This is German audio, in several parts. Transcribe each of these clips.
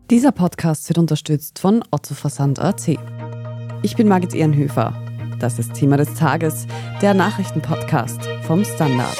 Dieser Podcast wird unterstützt von ottoversand.at. Ich bin Margit Ehrenhöfer. Das ist Thema des Tages, der Nachrichtenpodcast vom Standard.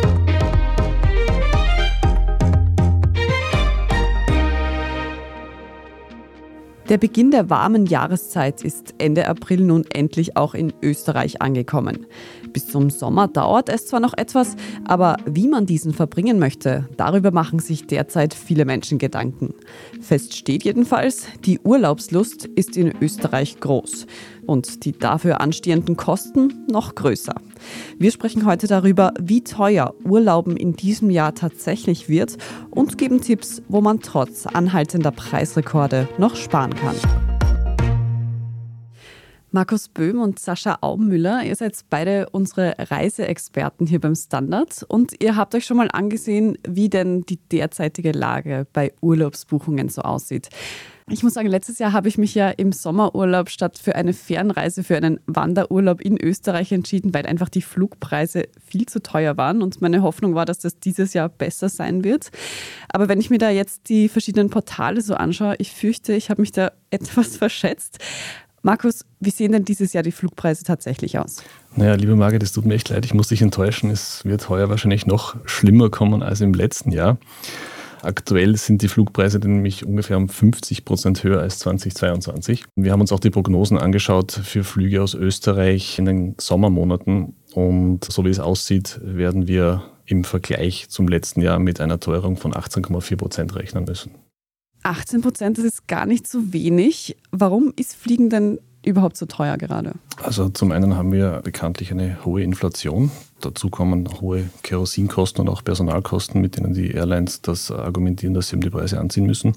Der Beginn der warmen Jahreszeit ist Ende April nun endlich auch in Österreich angekommen. Bis zum Sommer dauert es zwar noch etwas, aber wie man diesen verbringen möchte, darüber machen sich derzeit viele Menschen Gedanken. Fest steht jedenfalls, die Urlaubslust ist in Österreich groß und die dafür anstehenden Kosten noch größer. Wir sprechen heute darüber, wie teuer Urlauben in diesem Jahr tatsächlich wird und geben Tipps, wo man trotz anhaltender Preisrekorde noch sparen kann. Markus Böhm und Sascha Aubmüller, ihr seid beide unsere Reiseexperten hier beim Standard und ihr habt euch schon mal angesehen, wie denn die derzeitige Lage bei Urlaubsbuchungen so aussieht. Ich muss sagen, letztes Jahr habe ich mich ja im Sommerurlaub statt für eine Fernreise für einen Wanderurlaub in Österreich entschieden, weil einfach die Flugpreise viel zu teuer waren und meine Hoffnung war, dass das dieses Jahr besser sein wird. Aber wenn ich mir da jetzt die verschiedenen Portale so anschaue, ich fürchte, ich habe mich da etwas verschätzt. Markus, wie sehen denn dieses Jahr die Flugpreise tatsächlich aus? Naja, liebe Margit, es tut mir echt leid, ich muss dich enttäuschen. Es wird heuer wahrscheinlich noch schlimmer kommen als im letzten Jahr. Aktuell sind die Flugpreise nämlich ungefähr um 50% höher als 2022. Wir haben uns auch die Prognosen angeschaut für Flüge aus Österreich in den Sommermonaten. Und so wie es aussieht, werden wir im Vergleich zum letzten Jahr mit einer Teuerung von 18,4% rechnen müssen. 18%, das ist gar nicht so wenig. Warum ist Fliegen denn überhaupt so teuer gerade? Also zum einen haben wir bekanntlich eine hohe Inflation. Dazu kommen hohe Kerosinkosten und auch Personalkosten, mit denen die Airlines das argumentieren, dass sie die Preise anziehen müssen.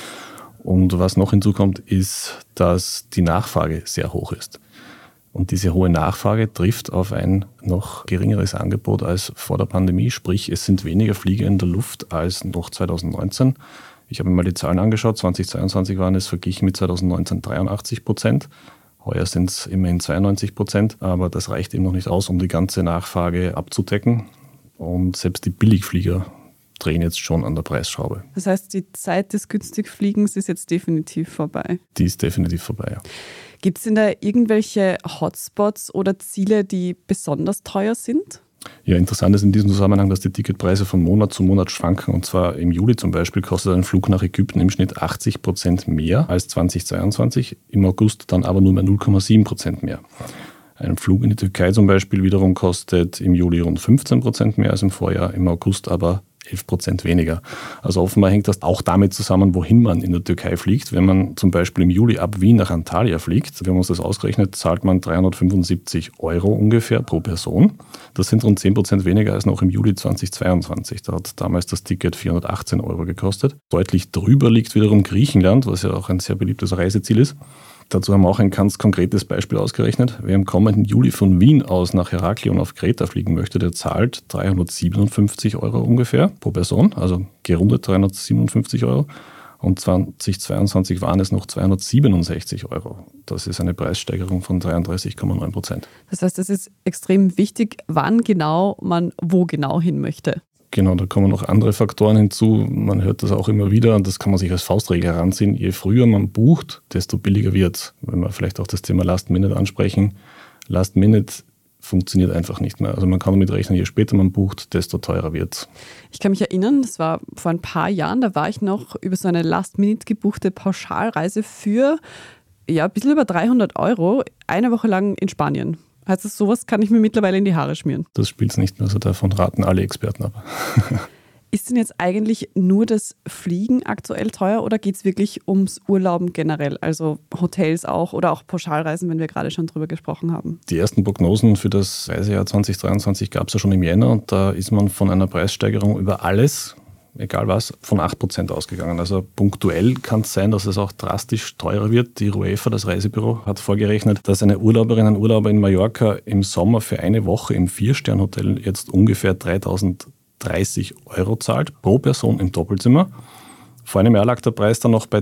Und was noch hinzukommt, ist, dass die Nachfrage sehr hoch ist. Und diese hohe Nachfrage trifft auf ein noch geringeres Angebot als vor der Pandemie. Sprich, es sind weniger Flieger in der Luft als noch 2019. Ich habe mir mal die Zahlen angeschaut. 2022 waren es verglichen mit 2019 83%. Heuer sind es immerhin 92%. Aber das reicht eben noch nicht aus, um die ganze Nachfrage abzudecken. Und selbst die Billigflieger drehen jetzt schon an der Preisschraube. Das heißt, die Zeit des Günstigfliegens ist jetzt definitiv vorbei? Die ist definitiv vorbei, ja. Gibt es denn da irgendwelche Hotspots oder Ziele, die besonders teuer sind? Ja, interessant ist in diesem Zusammenhang, dass die Ticketpreise von Monat zu Monat schwanken. Und zwar im Juli zum Beispiel kostet ein Flug nach Ägypten im Schnitt 80% mehr als 2022, im August dann aber nur mehr 0,7% mehr. Ein Flug in die Türkei zum Beispiel wiederum kostet im Juli rund 15% mehr als im Vorjahr, im August aber 11% weniger. Also offenbar hängt das auch damit zusammen, wohin man in der Türkei fliegt. Wenn man zum Beispiel im Juli ab Wien nach Antalya fliegt, wenn man uns das ausgerechnet, zahlt man 375 € ungefähr pro Person. Das sind rund 10% weniger als noch im Juli 2022. Da hat damals das Ticket 418 € gekostet. Deutlich drüber liegt wiederum Griechenland, was ja auch ein sehr beliebtes Reiseziel ist. Dazu haben wir auch ein ganz konkretes Beispiel ausgerechnet. Wer im kommenden Juli von Wien aus nach Heraklion auf Kreta fliegen möchte, der zahlt 357 € ungefähr pro Person, also gerundet 357 €. Und 2022 waren es noch 267 €. Das ist eine Preissteigerung von 33,9%. Das heißt, es ist extrem wichtig, wann genau man wo genau hin möchte. Genau, da kommen noch andere Faktoren hinzu. Man hört das auch immer wieder und das kann man sich als Faustregel heranziehen. Je früher man bucht, desto billiger wird es. Wenn wir vielleicht auch das Thema Last Minute ansprechen. Last Minute funktioniert einfach nicht mehr. Also man kann damit rechnen, je später man bucht, desto teurer wird es. Ich kann mich erinnern, das war vor ein paar Jahren, da war ich noch über so eine Last Minute gebuchte Pauschalreise für ein bisschen über 300 €, eine Woche lang in Spanien. Also sowas kann ich mir mittlerweile in die Haare schmieren. Das spielt es nicht mehr, also davon raten alle Experten ab. Ist denn jetzt eigentlich nur das Fliegen aktuell teuer oder geht es wirklich ums Urlauben generell? Also Hotels auch oder auch Pauschalreisen, wenn wir gerade schon drüber gesprochen haben? Die ersten Prognosen für das Reisejahr 2023 gab es ja schon im Jänner und da ist man von einer Preissteigerung über alles, egal was, von 8% ausgegangen. Also punktuell kann es sein, dass es auch drastisch teurer wird. Die Ruefa, das Reisebüro, hat vorgerechnet, dass eine Urlauberin, ein Urlauber in Mallorca im Sommer für eine Woche im 4-Stern-Hotel jetzt ungefähr 3.030 € zahlt pro Person im Doppelzimmer. Vor einem Jahr lag der Preis dann noch bei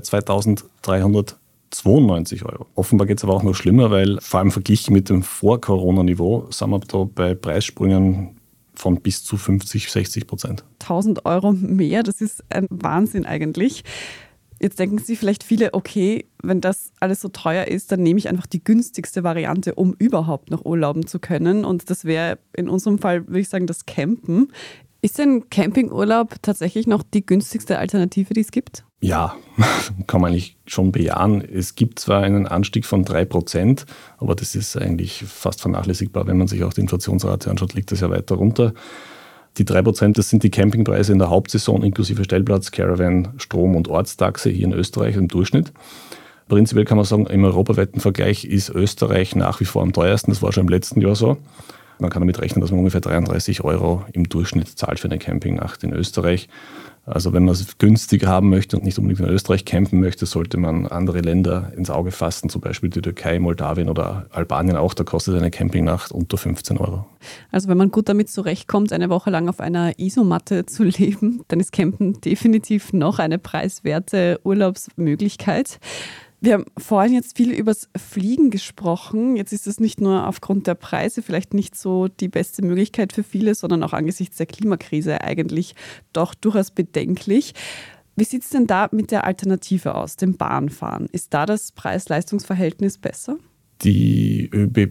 2.392 €. Offenbar geht es aber auch noch schlimmer, weil vor allem verglichen mit dem Vor-Corona-Niveau sind wir da bei Preissprüngen von bis zu 50-60%. 1.000 € mehr, das ist ein Wahnsinn eigentlich. Jetzt denken sich vielleicht viele, okay, wenn das alles so teuer ist, dann nehme ich einfach die günstigste Variante, um überhaupt noch urlauben zu können. Und das wäre in unserem Fall, würde ich sagen, das Campen. Ist denn Campingurlaub tatsächlich noch die günstigste Alternative, die es gibt? Ja, kann man eigentlich schon bejahen. Es gibt zwar einen Anstieg von 3%, aber das ist eigentlich fast vernachlässigbar. Wenn man sich auch die Inflationsrate anschaut, liegt das ja weiter runter. Die 3%, das sind die Campingpreise in der Hauptsaison inklusive Stellplatz, Caravan, Strom- und Ortstaxe hier in Österreich im Durchschnitt. Prinzipiell kann man sagen, im europaweiten Vergleich ist Österreich nach wie vor am teuersten. Das war schon im letzten Jahr so. Man kann damit rechnen, dass man ungefähr 33 € im Durchschnitt zahlt für eine Campingnacht in Österreich. Also wenn man es günstiger haben möchte und nicht unbedingt in Österreich campen möchte, sollte man andere Länder ins Auge fassen, zum Beispiel die Türkei, Moldawien oder Albanien auch. Da kostet eine Campingnacht unter 15 €. Also wenn man gut damit zurechtkommt, eine Woche lang auf einer Isomatte zu leben, dann ist Campen definitiv noch eine preiswerte Urlaubsmöglichkeit. Wir haben vorhin jetzt viel übers Fliegen gesprochen. Jetzt ist es nicht nur aufgrund der Preise vielleicht nicht so die beste Möglichkeit für viele, sondern auch angesichts der Klimakrise eigentlich doch durchaus bedenklich. Wie sieht es denn da mit der Alternative aus, dem Bahnfahren? Ist da das Preis-Leistungs-Verhältnis besser? Die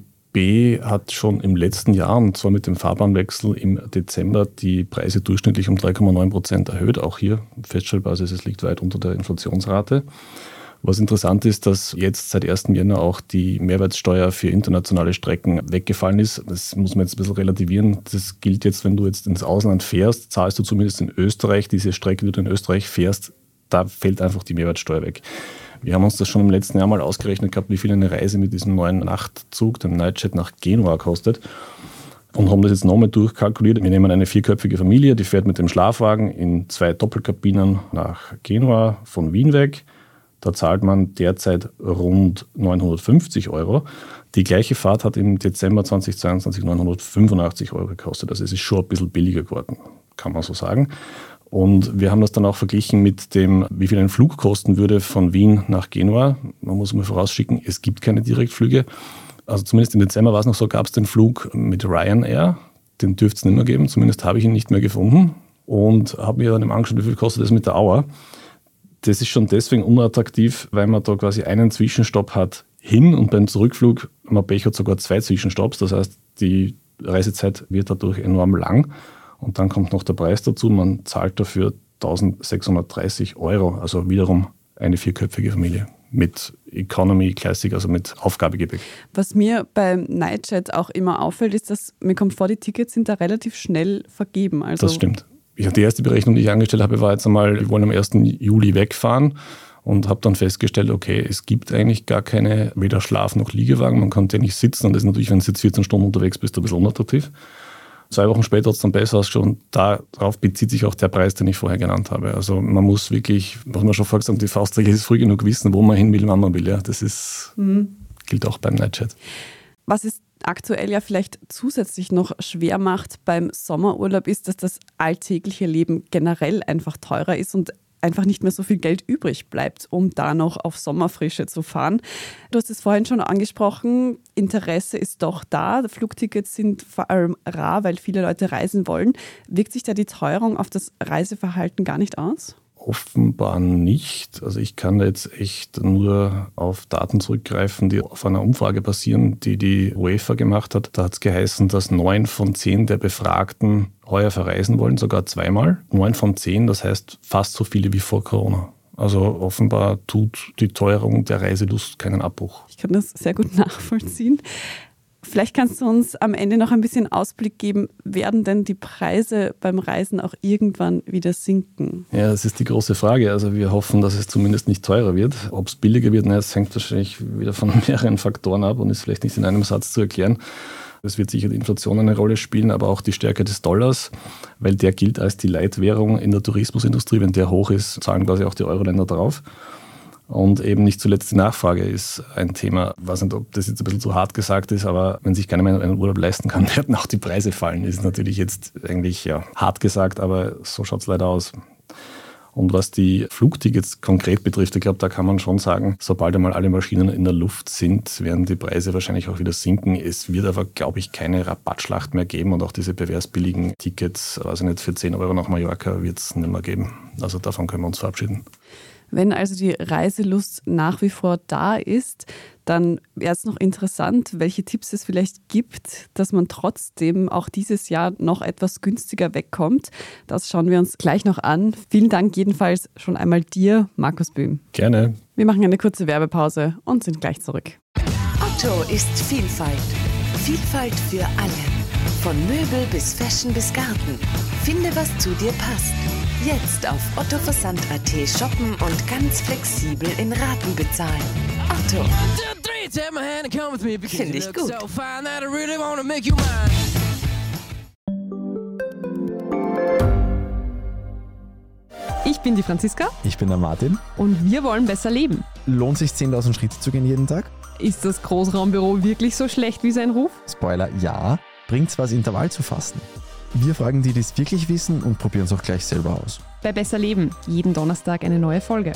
ÖBB hat schon im letzten Jahr, und zwar mit dem Fahrbahnwechsel im Dezember, die Preise durchschnittlich um 3,9% erhöht. Auch hier feststellbar, also es liegt weit unter der Inflationsrate. Was interessant ist, dass jetzt seit 1. Jänner auch die Mehrwertsteuer für internationale Strecken weggefallen ist. Das muss man jetzt ein bisschen relativieren. Das gilt jetzt, wenn du jetzt ins Ausland fährst, zahlst du zumindest in Österreich diese Strecke, die du in Österreich fährst, da fällt einfach die Mehrwertsteuer weg. Wir haben uns das schon im letzten Jahr mal ausgerechnet gehabt, wie viel eine Reise mit diesem neuen Nachtzug, dem Nightjet nach Genua kostet. Und haben das jetzt nochmal durchkalkuliert. Wir nehmen eine 4-köpfige Familie, die fährt mit dem Schlafwagen in 2 Doppelkabinen nach Genua von Wien weg. Da zahlt man derzeit rund 950 €. Die gleiche Fahrt hat im Dezember 2022 985 € gekostet. Also es ist schon ein bisschen billiger geworden, kann man so sagen. Und wir haben das dann auch verglichen mit dem, wie viel ein Flug kosten würde von Wien nach Genua. Man muss mal vorausschicken, es gibt keine Direktflüge. Also zumindest im Dezember war es noch so, gab es den Flug mit Ryanair. Den dürfte es nicht mehr geben, zumindest habe ich ihn nicht mehr gefunden. Und habe mir dann angeschaut, wie viel kostet das mit der Auer. Das ist schon deswegen unattraktiv, weil man da quasi einen Zwischenstopp hat hin und beim Zurückflug, man Pech hat sogar 2 Zwischenstopps. Das heißt, die Reisezeit wird dadurch enorm lang. Und dann kommt noch der Preis dazu. Man zahlt dafür 1.630 €. Also wiederum eine 4-köpfige Familie mit Economy Classic, also mit Aufgabegepäck. Was mir beim Nightjet auch immer auffällt, ist, dass mir kommt vor, die Tickets sind da relativ schnell vergeben. Also das stimmt. Die erste Berechnung, die ich angestellt habe, war jetzt einmal, wir wollen am 1. Juli wegfahren und habe dann festgestellt, okay, es gibt eigentlich gar keine, weder Schlaf- noch Liegewagen, man kann ja nicht sitzen und das ist natürlich, wenn du jetzt 14 Stunden unterwegs bist, ein bisschen unattraktiv. 2 Wochen später hat es dann besser ausgeschaut und darauf bezieht sich auch der Preis, den ich vorher genannt habe. Also man muss wirklich, was man schon vorher gesagt hat, die Faustregel ist früh genug wissen, wo man hin will, wann man will. Ja, das ist, gilt auch beim Nightjet. Was ist aktuell ja vielleicht zusätzlich noch schwer macht beim Sommerurlaub, ist, dass das alltägliche Leben generell einfach teurer ist und einfach nicht mehr so viel Geld übrig bleibt, um da noch auf Sommerfrische zu fahren. Du hast es vorhin schon angesprochen, Interesse ist doch da. Flugtickets sind vor allem rar, weil viele Leute reisen wollen. Wirkt sich da die Teuerung auf das Reiseverhalten gar nicht aus? Offenbar nicht. Also ich kann jetzt echt nur auf Daten zurückgreifen, die auf einer Umfrage basieren, die UEFA gemacht hat. Da hat es geheißen, dass 9 von 10 der Befragten heuer verreisen wollen, sogar 2-mal. 9 von 10, das heißt fast so viele wie vor Corona. Also offenbar tut die Teuerung der Reiselust keinen Abbruch. Ich kann das sehr gut nachvollziehen. Vielleicht kannst du uns am Ende noch ein bisschen Ausblick geben, werden denn die Preise beim Reisen auch irgendwann wieder sinken? Ja, das ist die große Frage. Also wir hoffen, dass es zumindest nicht teurer wird. Ob es billiger wird, das hängt wahrscheinlich wieder von mehreren Faktoren ab und ist vielleicht nicht in einem Satz zu erklären. Es wird sicher die Inflation eine Rolle spielen, aber auch die Stärke des Dollars, weil der gilt als die Leitwährung in der Tourismusindustrie. Wenn der hoch ist, zahlen quasi auch die Euro-Länder drauf. Und eben nicht zuletzt die Nachfrage ist ein Thema. Ich weiß nicht, ob das jetzt ein bisschen zu hart gesagt ist, aber wenn sich keiner mehr einen Urlaub leisten kann, werden auch die Preise fallen. Ist natürlich jetzt eigentlich hart gesagt, aber so schaut es leider aus. Und was die Flugtickets konkret betrifft, ich glaube, da kann man schon sagen, sobald einmal alle Maschinen in der Luft sind, werden die Preise wahrscheinlich auch wieder sinken. Es wird aber, glaube ich, keine Rabattschlacht mehr geben und auch diese perversbilligen Tickets, also nicht für 10 € nach Mallorca, wird es nicht mehr geben. Also davon können wir uns verabschieden. Wenn also die Reiselust nach wie vor da ist, dann wäre es noch interessant, welche Tipps es vielleicht gibt, dass man trotzdem auch dieses Jahr noch etwas günstiger wegkommt. Das schauen wir uns gleich noch an. Vielen Dank jedenfalls schon einmal dir, Markus Böhm. Gerne. Wir machen eine kurze Werbepause und sind gleich zurück. Otto ist Vielfalt. Vielfalt für alle. Von Möbel bis Fashion bis Garten. Finde, was zu dir passt. Jetzt auf ottoversand.at shoppen und ganz flexibel in Raten bezahlen. Otto. Finde ich gut. Ich bin die Franziska. Ich bin der Martin. Und wir wollen besser leben. Lohnt sich 10.000 Schritte zu gehen jeden Tag? Ist das Großraumbüro wirklich so schlecht wie sein Ruf? Spoiler, ja. Bringt's was, Intervall zu fassen? Wir fragen die es wirklich wissen und probieren es auch gleich selber aus. Bei Besser Leben, jeden Donnerstag eine neue Folge.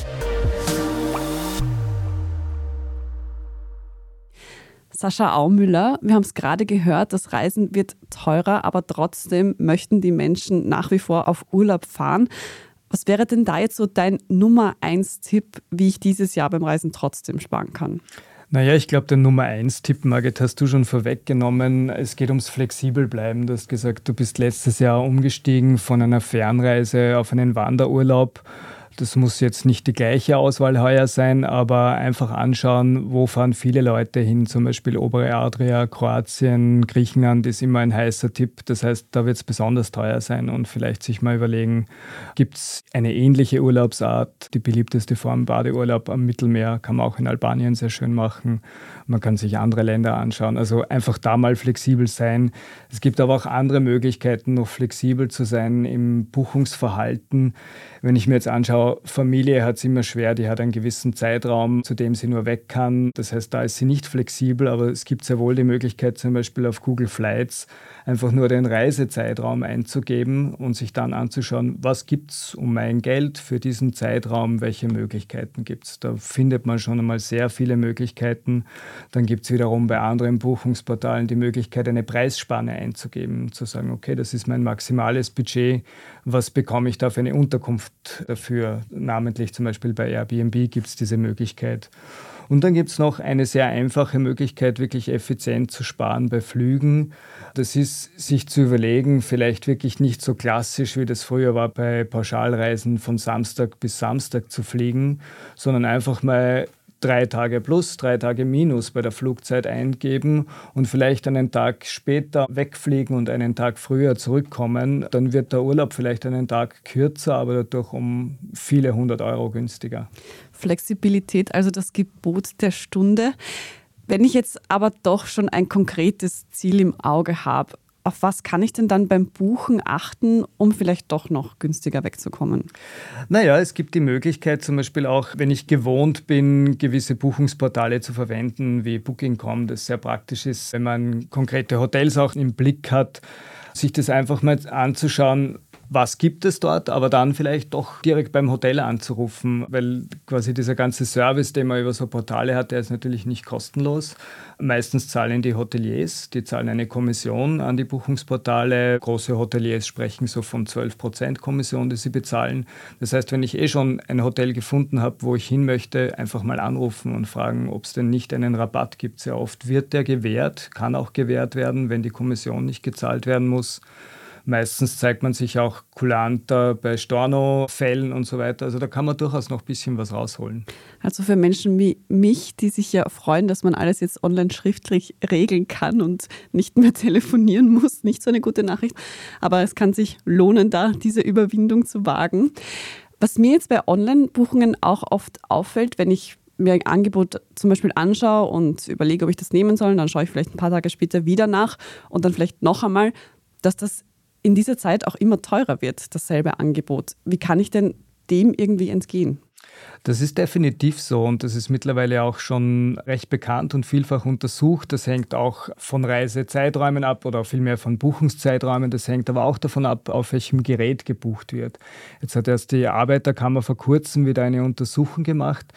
Sascha Aumüller, wir haben es gerade gehört, das Reisen wird teurer, aber trotzdem möchten die Menschen nach wie vor auf Urlaub fahren. Was wäre denn da jetzt so dein Nummer 1 Tipp, wie ich dieses Jahr beim Reisen trotzdem sparen kann? Naja, ich glaube, der Nummer 1 Tipp, Margit, hast du schon vorweggenommen. Es geht ums Flexibelbleiben. Du hast gesagt, du bist letztes Jahr umgestiegen von einer Fernreise auf einen Wanderurlaub. Das muss jetzt nicht die gleiche Auswahl heuer sein, aber einfach anschauen, wo fahren viele Leute hin, zum Beispiel obere Adria, Kroatien, Griechenland ist immer ein heißer Tipp. Das heißt, da wird es besonders teuer sein und vielleicht sich mal überlegen, gibt es eine ähnliche Urlaubsart? Die beliebteste Form Badeurlaub am Mittelmeer kann man auch in Albanien sehr schön machen. Man kann sich andere Länder anschauen. Also einfach da mal flexibel sein. Es gibt aber auch andere Möglichkeiten, noch flexibel zu sein im Buchungsverhalten. Wenn ich mir jetzt anschaue, Familie hat es immer schwer, die hat einen gewissen Zeitraum, zu dem sie nur weg kann. Das heißt, da ist sie nicht flexibel, aber es gibt sehr wohl die Möglichkeit, zum Beispiel auf Google Flights einfach nur den Reisezeitraum einzugeben und sich dann anzuschauen, was gibt es um mein Geld für diesen Zeitraum, welche Möglichkeiten gibt es. Da findet man schon einmal sehr viele Möglichkeiten. Dann gibt es wiederum bei anderen Buchungsportalen die Möglichkeit, eine Preisspanne einzugeben, zu sagen, okay, das ist mein maximales Budget, was bekomme ich da für eine Unterkunft dafür? Namentlich zum Beispiel bei Airbnb gibt es diese Möglichkeit. Und dann gibt es noch eine sehr einfache Möglichkeit, wirklich effizient zu sparen bei Flügen. Das ist, sich zu überlegen, vielleicht wirklich nicht so klassisch, wie das früher war, bei Pauschalreisen von Samstag bis Samstag zu fliegen, sondern einfach mal 3 Tage plus, 3 Tage minus bei der Flugzeit eingeben und vielleicht einen Tag später wegfliegen und einen Tag früher zurückkommen. Dann wird der Urlaub vielleicht einen Tag kürzer, aber dadurch um viele 100 Euro günstiger. Flexibilität, also das Gebot der Stunde. Wenn ich jetzt aber doch schon ein konkretes Ziel im Auge habe, auf was kann ich denn dann beim Buchen achten, um vielleicht doch noch günstiger wegzukommen? Naja, es gibt die Möglichkeit zum Beispiel auch, wenn ich gewohnt bin, gewisse Buchungsportale zu verwenden, wie Booking.com, das sehr praktisch ist, wenn man konkrete Hotels auch im Blick hat, sich das einfach mal anzuschauen, was gibt es dort, aber dann vielleicht doch direkt beim Hotel anzurufen, weil quasi dieser ganze Service, den man über so Portale hat, der ist natürlich nicht kostenlos. Meistens zahlen die Hoteliers, die zahlen eine Kommission an die Buchungsportale. Große Hoteliers sprechen so von 12% Kommission, die sie bezahlen. Das heißt, wenn ich schon ein Hotel gefunden habe, wo ich hin möchte, einfach mal anrufen und fragen, ob es denn nicht einen Rabatt gibt. Sehr oft wird der gewährt, kann auch gewährt werden, wenn die Kommission nicht gezahlt werden muss. Meistens zeigt man sich auch kulanter bei Storno-Fällen und so weiter. Also da kann man durchaus noch ein bisschen was rausholen. Also für Menschen wie mich, die sich ja freuen, dass man alles jetzt online schriftlich regeln kann und nicht mehr telefonieren muss, nicht so eine gute Nachricht. Aber es kann sich lohnen, da diese Überwindung zu wagen. Was mir jetzt bei Online-Buchungen auch oft auffällt, wenn ich mir ein Angebot zum Beispiel anschaue und überlege, ob ich das nehmen soll, dann schaue ich vielleicht ein paar Tage später wieder nach und dann vielleicht noch einmal, dass das in dieser Zeit auch immer teurer wird, dasselbe Angebot. Wie kann ich denn dem irgendwie entgehen? Das ist definitiv so und das ist mittlerweile auch schon recht bekannt und vielfach untersucht. Das hängt auch von Reisezeiträumen ab oder vielmehr von Buchungszeiträumen. Das hängt aber auch davon ab, auf welchem Gerät gebucht wird. Jetzt hat erst die Arbeiterkammer vor kurzem wieder eine Untersuchung gemacht.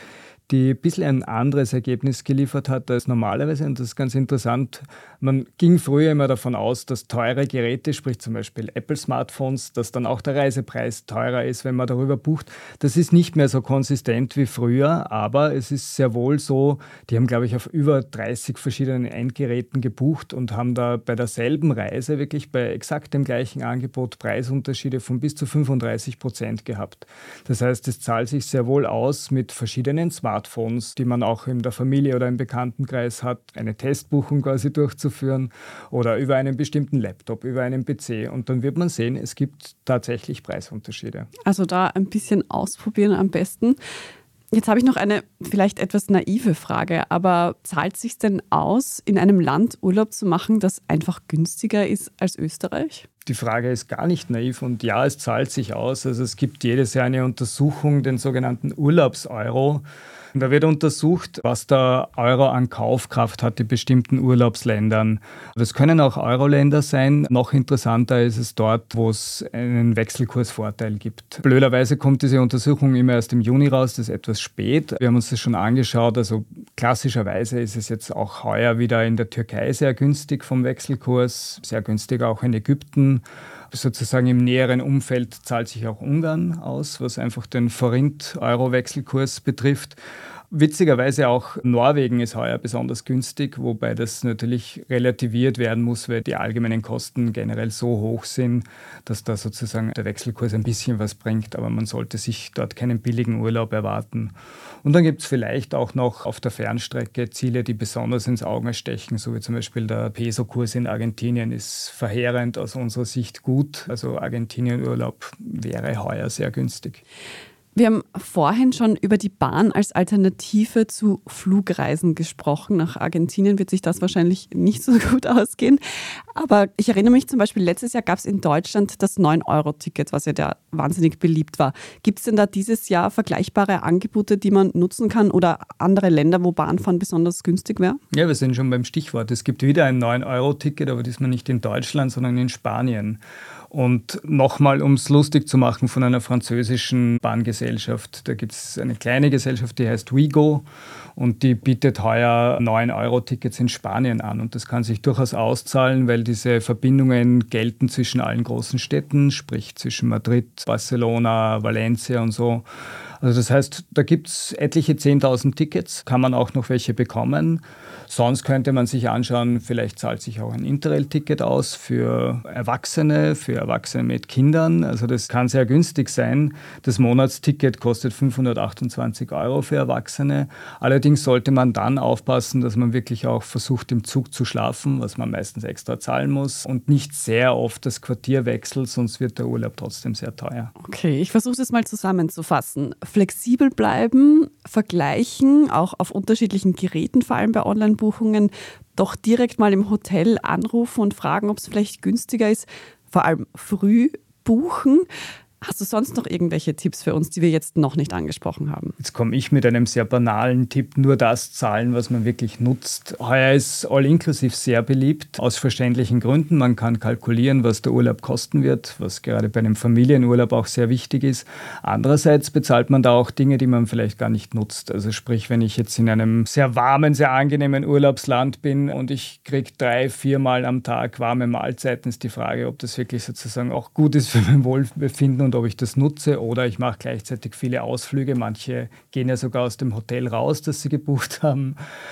die ein bisschen ein anderes Ergebnis geliefert hat als normalerweise. Und das ist ganz interessant. Man ging früher immer davon aus, dass teure Geräte, sprich zum Beispiel Apple-Smartphones, dass dann auch der Reisepreis teurer ist, wenn man darüber bucht. Das ist nicht mehr so konsistent wie früher, aber es ist sehr wohl so, die haben, glaube ich, auf über 30 verschiedenen Endgeräten gebucht und haben da bei derselben Reise wirklich bei exakt dem gleichen Angebot Preisunterschiede von bis zu 35% gehabt. Das heißt, es zahlt sich sehr wohl aus, mit verschiedenen Smartphones, die man auch in der Familie oder im Bekanntenkreis hat, eine Testbuchung quasi durchzuführen oder über einen bestimmten Laptop, über einen PC. Und dann wird man sehen, es gibt tatsächlich Preisunterschiede. Also da ein bisschen ausprobieren am besten. Jetzt habe ich noch eine vielleicht etwas naive Frage, aber zahlt es sich denn aus, in einem Land Urlaub zu machen, das einfach günstiger ist als Österreich? Die Frage ist gar nicht naiv und ja, es zahlt sich aus. Also es gibt jedes Jahr eine Untersuchung, den sogenannten Urlaubseuro. Und da wird untersucht, was der Euro an Kaufkraft hat in bestimmten Urlaubsländern. Das können auch Euro-Länder sein. Noch interessanter ist es dort, wo es einen Wechselkursvorteil gibt. Blöderweise kommt diese Untersuchung immer erst im Juni raus, das ist etwas spät. Wir haben uns das schon angeschaut. Also klassischerweise ist es jetzt auch heuer wieder in der Türkei sehr günstig vom Wechselkurs, sehr günstig auch in Ägypten. Sozusagen im näheren Umfeld zahlt sich auch Ungarn aus, was einfach den Forint-Euro-Wechselkurs betrifft. Witzigerweise auch Norwegen ist heuer besonders günstig, wobei das natürlich relativiert werden muss, weil die allgemeinen Kosten generell so hoch sind, dass da sozusagen der Wechselkurs ein bisschen was bringt, aber man sollte sich dort keinen billigen Urlaub erwarten. Und dann gibt es vielleicht auch noch auf der Fernstrecke Ziele, die besonders ins Auge stechen, so wie zum Beispiel der Peso-Kurs in Argentinien ist verheerend aus unserer Sicht gut. Also Argentinien-Urlaub wäre heuer sehr günstig. Wir haben vorhin schon über die Bahn als Alternative zu Flugreisen gesprochen. Nach Argentinien wird sich das wahrscheinlich nicht so gut ausgehen. Aber ich erinnere mich zum Beispiel, letztes Jahr gab es in Deutschland das 9-Euro-Ticket, was ja da wahnsinnig beliebt war. Gibt es denn da dieses Jahr vergleichbare Angebote, die man nutzen kann oder andere Länder, wo Bahnfahren besonders günstig wäre? Ja, wir sind schon beim Stichwort. Es gibt wieder ein 9-Euro-Ticket, aber diesmal nicht in Deutschland, sondern in Spanien. Und nochmal, um es lustig zu machen, von einer französischen Bahngesellschaft. Da gibt es eine kleine Gesellschaft, die heißt Ouigo und die bietet heuer 9-Euro-Tickets in Spanien an. Und das kann sich durchaus auszahlen, weil diese Verbindungen gelten zwischen allen großen Städten, sprich zwischen Madrid, Barcelona, Valencia und so. Also das heißt, da gibt es etliche 10.000 Tickets, kann man auch noch welche bekommen. Sonst könnte man sich anschauen, vielleicht zahlt sich auch ein Interrail-Ticket aus für Erwachsene mit Kindern. Also das kann sehr günstig sein. Das Monatsticket kostet 528 € für Erwachsene. Allerdings sollte man dann aufpassen, dass man wirklich auch versucht, im Zug zu schlafen, was man meistens extra zahlen muss und nicht sehr oft das Quartier wechselt, sonst wird der Urlaub trotzdem sehr teuer. Okay, ich versuche das mal zusammenzufassen. Flexibel bleiben, vergleichen, auch auf unterschiedlichen Geräten, vor allem bei Online-Buchungen, doch direkt mal im Hotel anrufen und fragen, ob es vielleicht günstiger ist, vor allem früh buchen. Hast du sonst noch irgendwelche Tipps für uns, die wir jetzt noch nicht angesprochen haben? Jetzt komme ich mit einem sehr banalen Tipp, nur das zahlen, was man wirklich nutzt. Heuer ist All-Inclusive sehr beliebt, aus verständlichen Gründen. Man kann kalkulieren, was der Urlaub kosten wird, was gerade bei einem Familienurlaub auch sehr wichtig ist. Andererseits bezahlt man da auch Dinge, die man vielleicht gar nicht nutzt. Also sprich, wenn ich jetzt in einem sehr warmen, sehr angenehmen Urlaubsland bin und ich kriege 3-4 Mal am Tag warme Mahlzeiten, ist die Frage, ob das wirklich sozusagen auch gut ist für mein Wohlbefinden und ob ich das nutze, oder ich mache gleichzeitig viele Ausflüge. Manche gehen ja sogar aus dem Hotel raus, das sie gebucht haben.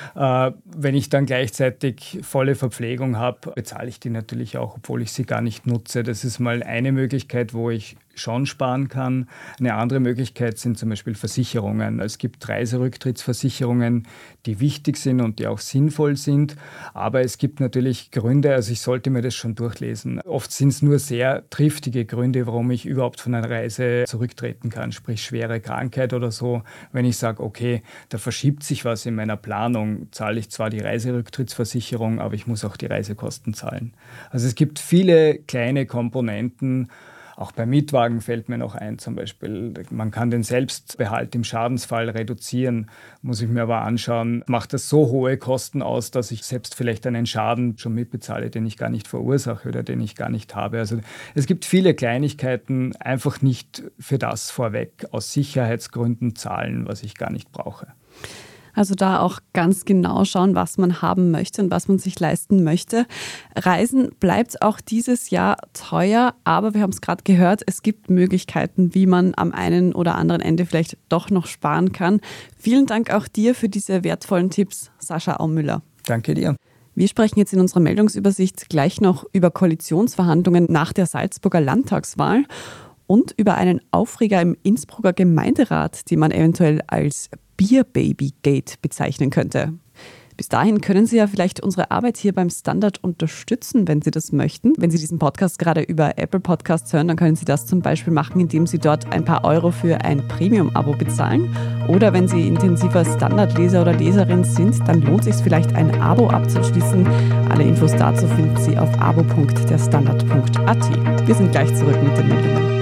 Wenn ich dann gleichzeitig volle Verpflegung habe, bezahle ich die natürlich auch, obwohl ich sie gar nicht nutze. Das ist mal eine Möglichkeit, wo ich schon sparen kann. Eine andere Möglichkeit sind zum Beispiel Versicherungen. Es gibt Reiserücktrittsversicherungen, die wichtig sind und die auch sinnvoll sind. Aber es gibt natürlich Gründe, also ich sollte mir das schon durchlesen. Oft sind es nur sehr triftige Gründe, warum ich überhaupt von einer Reise zurücktreten kann, sprich schwere Krankheit oder so. Wenn ich sage, okay, da verschiebt sich was in meiner Planung, zahle ich zwar die Reiserücktrittsversicherung, aber ich muss auch die Reisekosten zahlen. Also es gibt viele kleine Komponenten. Auch bei Mietwagen fällt mir noch ein zum Beispiel, man kann den Selbstbehalt im Schadensfall reduzieren, muss ich mir aber anschauen, macht das so hohe Kosten aus, dass ich selbst vielleicht einen Schaden schon mitbezahle, den ich gar nicht verursache oder den ich gar nicht habe. Also es gibt viele Kleinigkeiten, einfach nicht für das vorweg aus Sicherheitsgründen zahlen, was ich gar nicht brauche. Also da auch ganz genau schauen, was man haben möchte und was man sich leisten möchte. Reisen bleibt auch dieses Jahr teuer, aber wir haben es gerade gehört, es gibt Möglichkeiten, wie man am einen oder anderen Ende vielleicht doch noch sparen kann. Vielen Dank auch dir für diese wertvollen Tipps, Sascha Aumüller. Danke dir. Wir sprechen jetzt in unserer Meldungsübersicht gleich noch über Koalitionsverhandlungen nach der Salzburger Landtagswahl und über einen Aufreger im Innsbrucker Gemeinderat, den man eventuell als Beer-Baby-Gate bezeichnen könnte. Bis dahin können Sie ja vielleicht unsere Arbeit hier beim Standard unterstützen, wenn Sie das möchten. Wenn Sie diesen Podcast gerade über Apple Podcasts hören, dann können Sie das zum Beispiel machen, indem Sie dort ein paar Euro für ein Premium-Abo bezahlen. Oder wenn Sie intensiver Standardleser oder Leserin sind, dann lohnt es sich vielleicht ein Abo abzuschließen. Alle Infos dazu finden Sie auf abo.derstandard.at. Wir sind gleich zurück mit den Meldungen.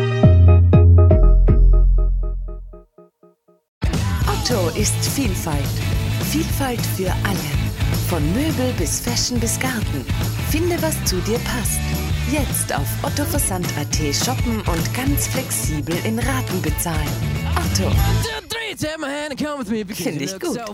Otto ist Vielfalt. Vielfalt für alle. Von Möbel bis Fashion bis Garten. Finde, was zu dir passt. Jetzt auf ottoversand.at shoppen und ganz flexibel in Raten bezahlen. Otto. Finde ich gut.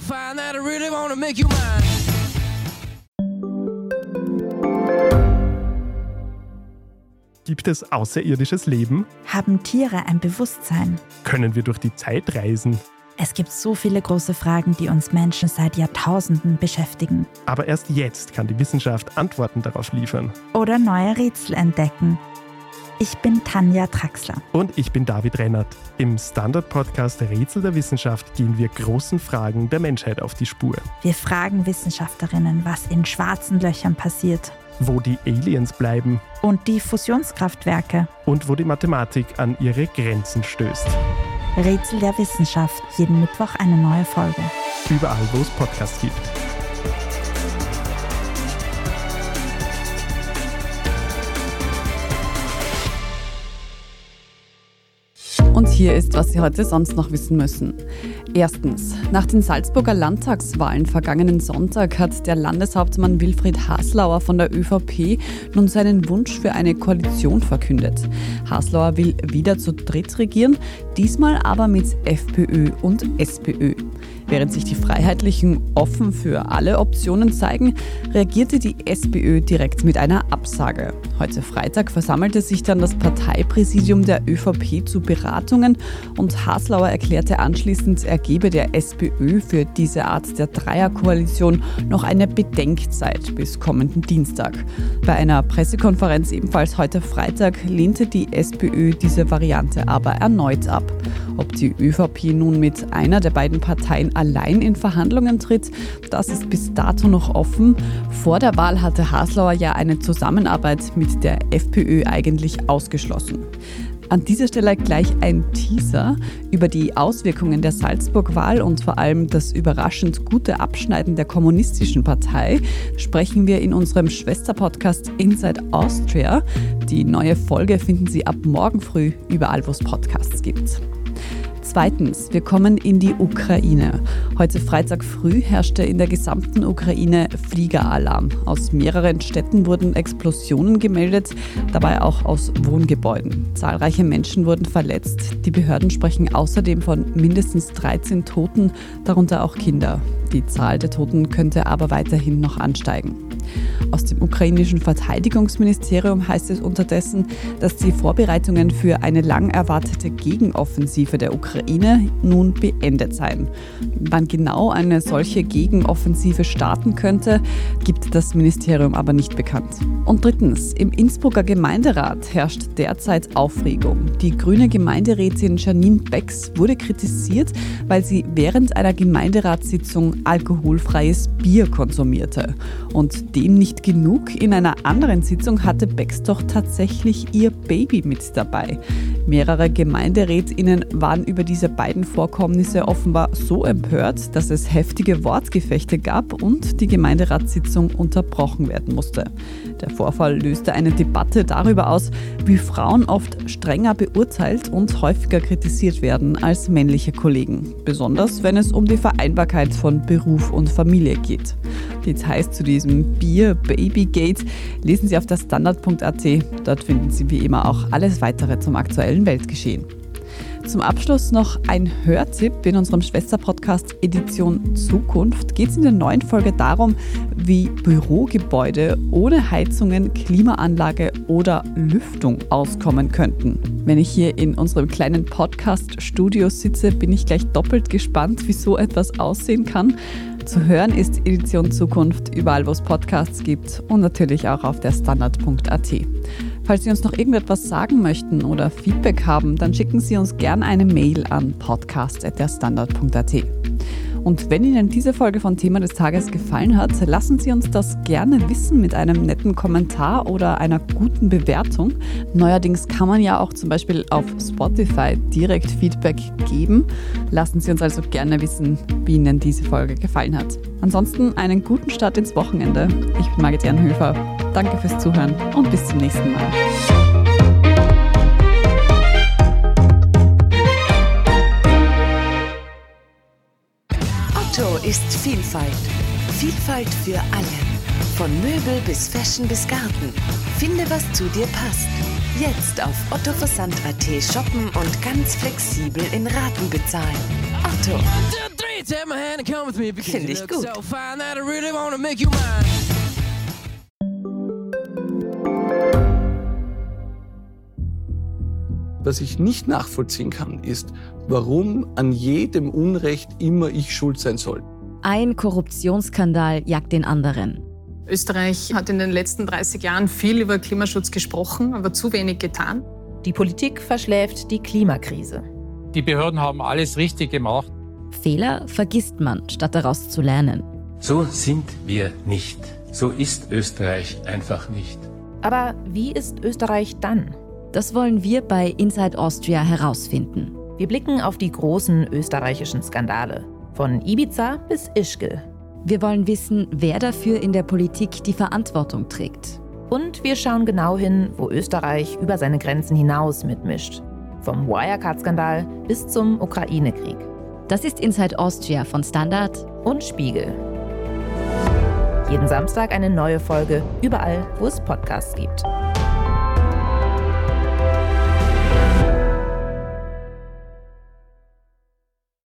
Gibt es außerirdisches Leben? Haben Tiere ein Bewusstsein? Können wir durch die Zeit reisen? Es gibt so viele große Fragen, die uns Menschen seit Jahrtausenden beschäftigen. Aber erst jetzt kann die Wissenschaft Antworten darauf liefern. Oder neue Rätsel entdecken. Ich bin Tanja Traxler. Und ich bin David Rennert. Im Standard-Podcast Rätsel der Wissenschaft gehen wir großen Fragen der Menschheit auf die Spur. Wir fragen Wissenschaftlerinnen, was in schwarzen Löchern passiert. Wo die Aliens bleiben. Und die Fusionskraftwerke. Und wo die Mathematik an ihre Grenzen stößt. Rätsel der Wissenschaft. Jeden Mittwoch eine neue Folge. Überall, wo es Podcasts gibt. Und hier ist, was Sie heute sonst noch wissen müssen. Erstens, nach den Salzburger Landtagswahlen vergangenen Sonntag hat der Landeshauptmann Wilfried Haslauer von der ÖVP nun seinen Wunsch für eine Koalition verkündet. Haslauer will wieder zu dritt regieren, diesmal aber mit FPÖ und SPÖ. Während sich die Freiheitlichen offen für alle Optionen zeigen, reagierte die SPÖ direkt mit einer Absage. Heute Freitag versammelte sich dann das Parteipräsidium der ÖVP zu Beratungen und Haslauer erklärte anschließend, er gebe der SPÖ für diese Art der Dreierkoalition noch eine Bedenkzeit bis kommenden Dienstag. Bei einer Pressekonferenz ebenfalls heute Freitag lehnte die SPÖ diese Variante aber erneut ab. Ob die ÖVP nun mit einer der beiden Parteien allein in Verhandlungen tritt, das ist bis dato noch offen. Vor der Wahl hatte Haslauer ja eine Zusammenarbeit mit der FPÖ eigentlich ausgeschlossen. An dieser Stelle gleich ein Teaser über die Auswirkungen der Salzburg-Wahl und vor allem das überraschend gute Abschneiden der kommunistischen Partei sprechen wir in unserem Schwesterpodcast Inside Austria. Die neue Folge finden Sie ab morgen früh überall, wo es Podcasts gibt. Zweitens, wir kommen in die Ukraine. Heute Freitag früh herrschte in der gesamten Ukraine Fliegeralarm. Aus mehreren Städten wurden Explosionen gemeldet, dabei auch aus Wohngebäuden. Zahlreiche Menschen wurden verletzt. Die Behörden sprechen außerdem von mindestens 13 Toten, darunter auch Kinder. Die Zahl der Toten könnte aber weiterhin noch ansteigen. Aus dem ukrainischen Verteidigungsministerium heißt es unterdessen, dass die Vorbereitungen für eine lang erwartete Gegenoffensive der Ukraine nun beendet seien. Wann genau eine solche Gegenoffensive starten könnte, gibt das Ministerium aber nicht bekannt. Und drittens, im Innsbrucker Gemeinderat herrscht derzeit Aufregung. Die grüne Gemeinderätin Janine Becks wurde kritisiert, weil sie während einer Gemeinderatssitzung alkoholfreies Bier konsumierte. Und dem nicht genug, in einer anderen Sitzung hatte Becks doch tatsächlich ihr Baby mit dabei. Mehrere GemeinderätInnen waren über diese beiden Vorkommnisse offenbar so empört, dass es heftige Wortgefechte gab und die Gemeinderatssitzung unterbrochen werden musste. Der Vorfall löste eine Debatte darüber aus, wie Frauen oft strenger beurteilt und häufiger kritisiert werden als männliche Kollegen, besonders wenn es um die Vereinbarkeit von Beruf und Familie geht. Details zu diesem Beer-Baby-Gate lesen Sie auf der Standard.at. Dort finden Sie wie immer auch alles weitere zum aktuellen Weltgeschehen. zum Abschluss noch ein Hörtipp. In unserem Schwesterpodcast Edition Zukunft geht es in der neuen Folge darum, wie Bürogebäude ohne Heizungen, Klimaanlage oder Lüftung auskommen könnten. Wenn ich hier in unserem kleinen Podcast-Studio sitze, bin ich gleich doppelt gespannt, wie so etwas aussehen kann. Zu hören ist Edition Zukunft überall, wo es Podcasts gibt und natürlich auch auf der Standard.at. Falls Sie uns noch irgendetwas sagen möchten oder Feedback haben, dann schicken Sie uns gerne eine Mail an podcast@derstandard.at. Und wenn Ihnen diese Folge von Thema des Tages gefallen hat, lassen Sie uns das gerne wissen mit einem netten Kommentar oder einer guten Bewertung. Neuerdings kann man ja auch zum Beispiel auf Spotify direkt Feedback geben. Lassen Sie uns also gerne wissen, wie Ihnen diese Folge gefallen hat. Ansonsten einen guten Start ins Wochenende. Ich bin Margit Jernhöfer. Danke fürs Zuhören und bis zum nächsten Mal. Otto ist Vielfalt. Vielfalt für alle. Von Möbel bis Fashion bis Garten. Finde, was zu dir passt. Jetzt auf ottoversand.at shoppen und ganz flexibel in Raten bezahlen. Otto. Finde ich gut. Was ich nicht nachvollziehen kann, ist, warum an jedem Unrecht immer ich schuld sein soll. Ein Korruptionsskandal jagt den anderen. Österreich hat in den letzten 30 Jahren viel über Klimaschutz gesprochen, aber zu wenig getan. Die Politik verschläft die Klimakrise. Die Behörden haben alles richtig gemacht. Fehler vergisst man, statt daraus zu lernen. So sind wir nicht. So ist Österreich einfach nicht. Aber wie ist Österreich dann? Das wollen wir bei Inside Austria herausfinden. Wir blicken auf die großen österreichischen Skandale. Von Ibiza bis Ischgl. Wir wollen wissen, wer dafür in der Politik die Verantwortung trägt. Und wir schauen genau hin, wo Österreich über seine Grenzen hinaus mitmischt. Vom Wirecard-Skandal bis zum Ukraine-Krieg. Das ist Inside Austria von Standard und Spiegel. Jeden Samstag eine neue Folge, überall, wo es Podcasts gibt.